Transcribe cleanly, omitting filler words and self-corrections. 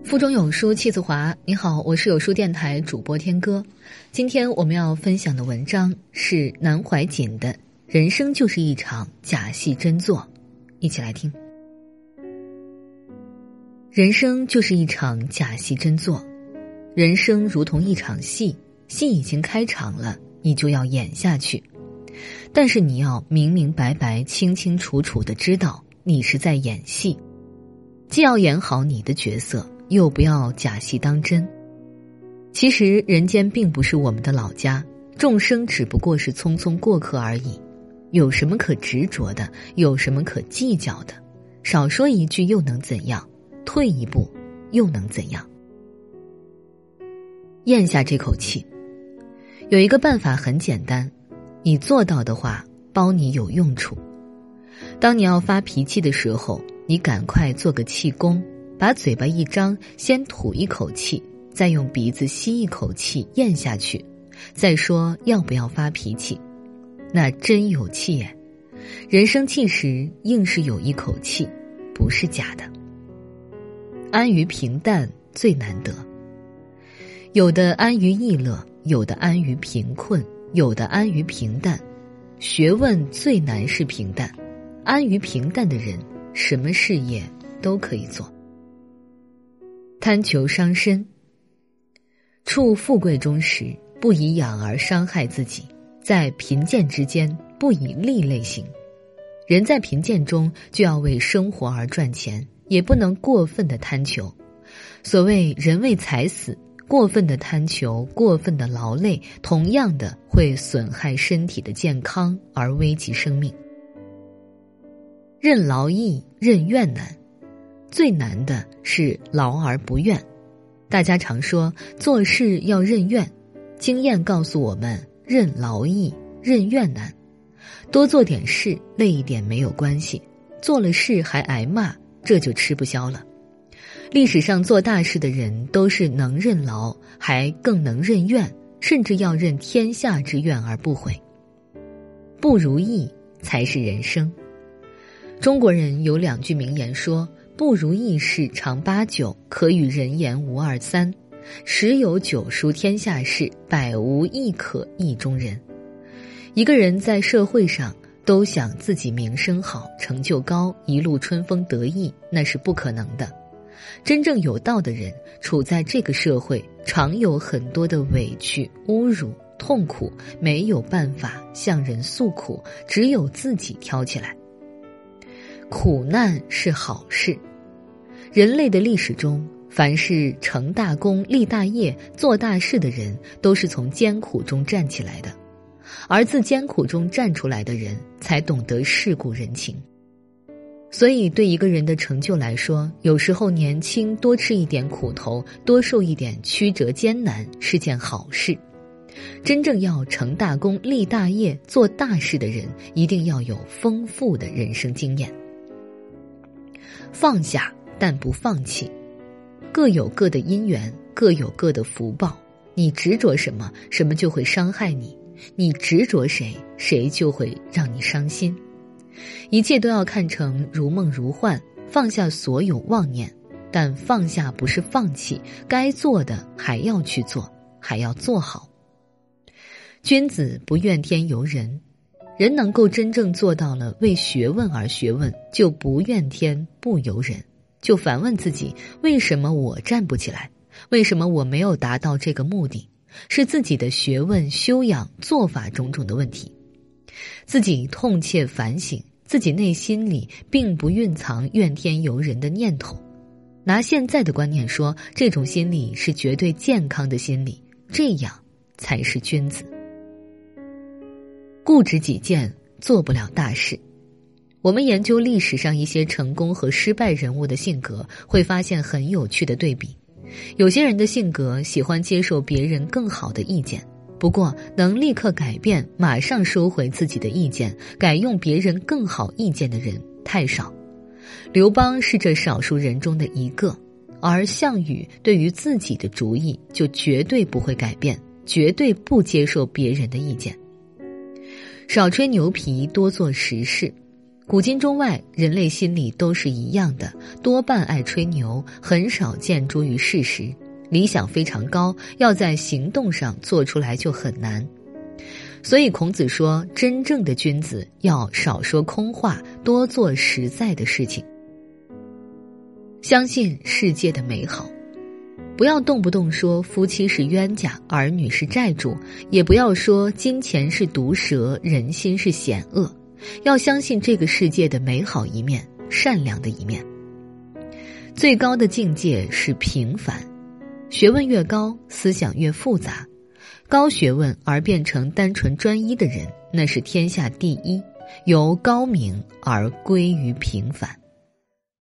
腹中有书气自华。你好，我是有书电台主播天歌。今天我们要分享的文章是南怀瑾的《人生就是一场假戏真做》，一起来听。人生就是一场假戏真做，人生如同一场戏，戏已经开场了，你就要演下去。但是你要明明白白、清清楚楚地知道你是在演戏，既要演好你的角色，又不要假戏当真。其实人间并不是我们的老家，众生只不过是匆匆过客而已。有什么可执着的？有什么可计较的？少说一句又能怎样？退一步又能怎样？咽下这口气。有一个办法很简单，你做到的话，包你有用处。当你要发脾气的时候，你赶快做个气功，把嘴巴一张，先吐一口气，再用鼻子吸一口气咽下去，再说要不要发脾气，那真有气耶。人生气时硬是有一口气，不是假的。安于平淡最难得，有的安于逸乐，有的安于贫困，有的安于平淡。学问最难是平淡，安于平淡的人，什么事业都可以做。贪求伤身，处富贵中时，不以养而伤害自己，在贫贱之间，不以利类行。人在贫贱中就要为生活而赚钱，也不能过分的贪求。所谓人为财死，过分的贪求，过分的劳累，同样的会损害身体的健康而危及生命。任劳易，任怨难，最难的是劳而不怨。大家常说做事要任怨，经验告诉我们任劳易，任怨难。多做点事，累一点没有关系，做了事还挨骂，这就吃不消了。历史上做大事的人都是能任劳，还更能任怨，甚至要任天下之怨而不悔。不如意才是人生。中国人有两句名言说，不如意事常八九，可与人言无二三。十有九书天下事，百无一可意中人。一个人在社会上都想自己名声好，成就高，一路春风得意，那是不可能的。真正有道的人，处在这个社会，常有很多的委屈、侮辱、痛苦，没有办法向人诉苦，只有自己挑起来。苦难是好事。人类的历史中，凡是成大功、立大业、做大事的人，都是从艰苦中站起来的。而自艰苦中站出来的人，才懂得世故人情。所以对一个人的成就来说，有时候年轻多吃一点苦头，多受一点曲折艰难，是件好事。真正要成大功、立大业、做大事的人，一定要有丰富的人生经验。放下，但不放弃。各有各的因缘，各有各的福报。你执着什么，什么就会伤害你；你执着谁，谁就会让你伤心。一切都要看成如梦如幻，放下所有妄念。但放下不是放弃，该做的还要去做，还要做好。君子不怨天尤人。人能够真正做到了为学问而学问，就不怨天不尤人，就反问自己，为什么我站不起来？为什么我没有达到这个目的？是自己的学问、修养、做法种种的问题。自己痛切反省，自己内心里并不蕴藏怨天尤人的念头。拿现在的观念说，这种心理是绝对健康的心理，这样才是君子。固执己见，做不了大事。我们研究历史上一些成功和失败人物的性格，会发现很有趣的对比。有些人的性格喜欢接受别人更好的意见，不过能立刻改变，马上收回自己的意见，改用别人更好意见的人太少。刘邦是这少数人中的一个，而项羽对于自己的主意就绝对不会改变，绝对不接受别人的意见。少吹牛皮，多做实事。 古今中外，人类心里都是一样的，多半爱吹牛，很少见诸于事实。理想非常高，要在行动上做出来就很难。所以孔子说，真正的君子要少说空话，多做实在的事情。相信世界的美好，不要动不动说夫妻是冤家，儿女是债主，也不要说金钱是毒蛇，人心是险恶。要相信这个世界的美好一面，善良的一面。最高的境界是平凡，学问越高，思想越复杂。高学问而变成单纯专一的人，那是天下第一，由高明而归于平凡。